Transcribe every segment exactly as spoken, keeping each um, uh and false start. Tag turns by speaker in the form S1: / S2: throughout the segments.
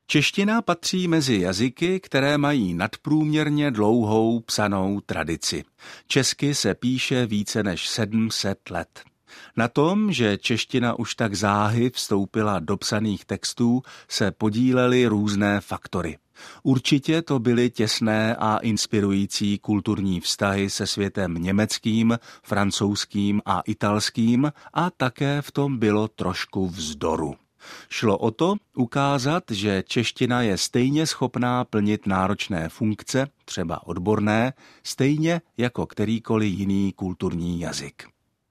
S1: Čeština patří mezi jazyky, které mají nadprůměrně dlouhou psanou tradici. Česky se píše více než sedm set let. Na tom, že čeština už tak záhy vstoupila do psaných textů, se podílely různé faktory. Určitě to byly těsné a inspirující kulturní vztahy se světem německým, francouzským a italským a také v tom bylo trošku vzdoru. Šlo o to ukázat, že čeština je stejně schopná plnit náročné funkce, třeba odborné, stejně jako kterýkoliv jiný kulturní jazyk.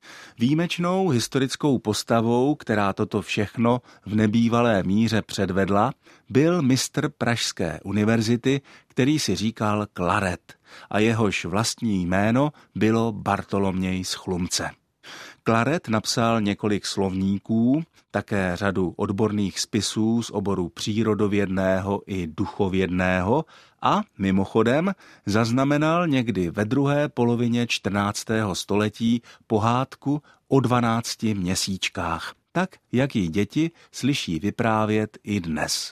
S1: Výjimečnou historickou postavou, která toto všechno v nebývalé míře předvedla, byl mistr Pražské univerzity, který si říkal Klaret a jehož vlastní jméno bylo Bartoloměj z Chlumce. Klaret napsal několik slovníků, také řadu odborných spisů z oboru přírodovědného i duchovědného a mimochodem zaznamenal někdy ve druhé polovině čtrnáctého století pohádku o dvanácti měsíčkách, tak jak ji děti slyší vyprávět i dnes.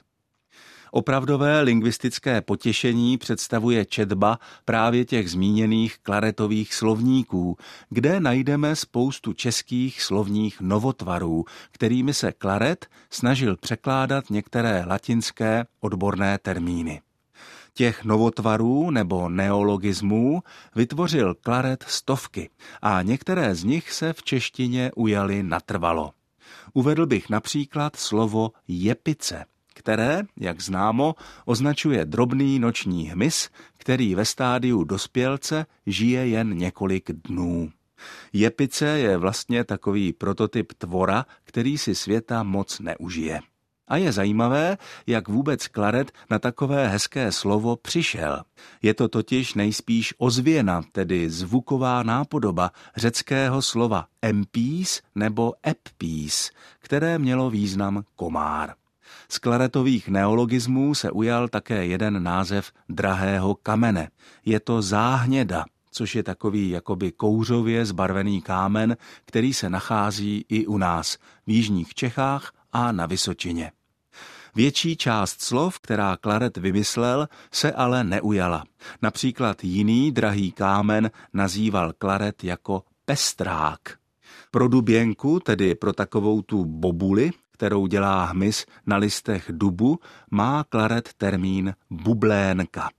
S1: Opravdové lingvistické potěšení představuje četba právě těch zmíněných Klaretových slovníků, kde najdeme spoustu českých slovních novotvarů, kterými se Klaret snažil překládat některé latinské odborné termíny. Těch novotvarů nebo neologismů vytvořil Klaret stovky a některé z nich se v češtině ujaly natrvalo. Uvedl bych například slovo jepice, které, jak známo, označuje drobný noční hmyz, který ve stádiu dospělce žije jen několik dnů. Jepice je vlastně takový prototyp tvora, který si světa moc neužije. A je zajímavé, jak vůbec Klaret na takové hezké slovo přišel. Je to totiž nejspíš ozvěna, tedy zvuková nápodoba řeckého slova empís nebo eppís, které mělo význam komár. Z Klaretových neologismů se ujal také jeden název drahého kamene. Je to záhněda, což je takový jakoby kouřově zbarvený kámen, který se nachází i u nás v jižních Čechách a na Vysočině. Větší část slov, která Klaret vymyslel, se ale neujala. Například jiný drahý kámen nazýval Klaret jako pestrák. Pro duběnku, tedy pro takovou tu bobuli, kterou dělá hmyz na listech dubu, má Klaret termín bublénka.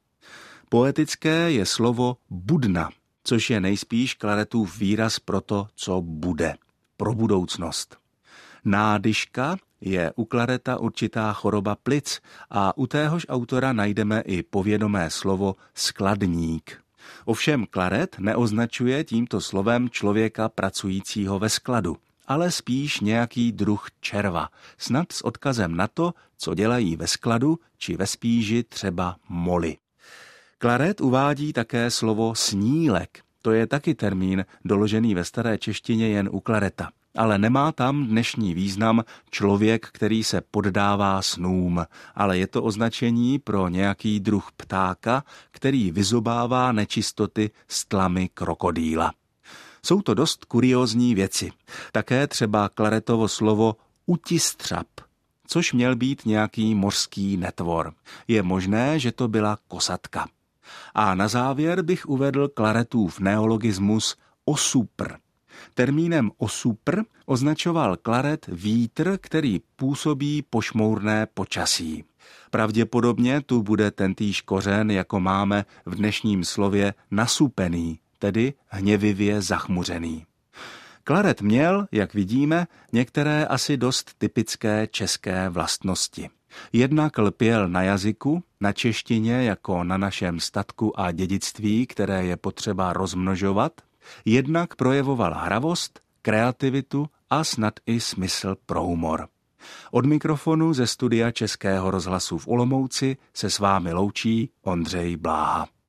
S1: Poetické je slovo budna, což je nejspíš Klaretův výraz pro to, co bude, pro budoucnost. Nádyška je u Klareta určitá choroba plic a u téhož autora najdeme i povědomé slovo skladník. Ovšem Klaret neoznačuje tímto slovem člověka pracujícího ve skladu, ale spíš nějaký druh červa, snad s odkazem na to, co dělají ve skladu či ve spíži třeba moly. Klaret uvádí také slovo snílek, to je taky termín doložený ve staré češtině jen u Klareta, ale nemá tam dnešní význam člověk, který se poddává snům, ale je to označení pro nějaký druh ptáka, který vyzobává nečistoty z tlamy krokodýla. Jsou to dost kuriózní věci. Také třeba Klaretovo slovo utistřap, což měl být nějaký mořský netvor. Je možné, že to byla kosatka. A na závěr bych uvedl Klaretův neologismus osupr. Termínem osupr označoval Klaret vítr, který působí pošmourné počasí. Pravděpodobně tu bude tentýž kořen, jako máme v dnešním slově nasupený, tedy hněvivě zachmuřený. Klaret měl, jak vidíme, některé asi dost typické české vlastnosti. Jednak lpěl na jazyku, na češtině jako na našem statku a dědictví, které je potřeba rozmnožovat, jednak projevoval hravost, kreativitu a snad i smysl pro humor. Od mikrofonu ze studia Českého rozhlasu v Olomouci se s vámi loučí Ondřej Bláha.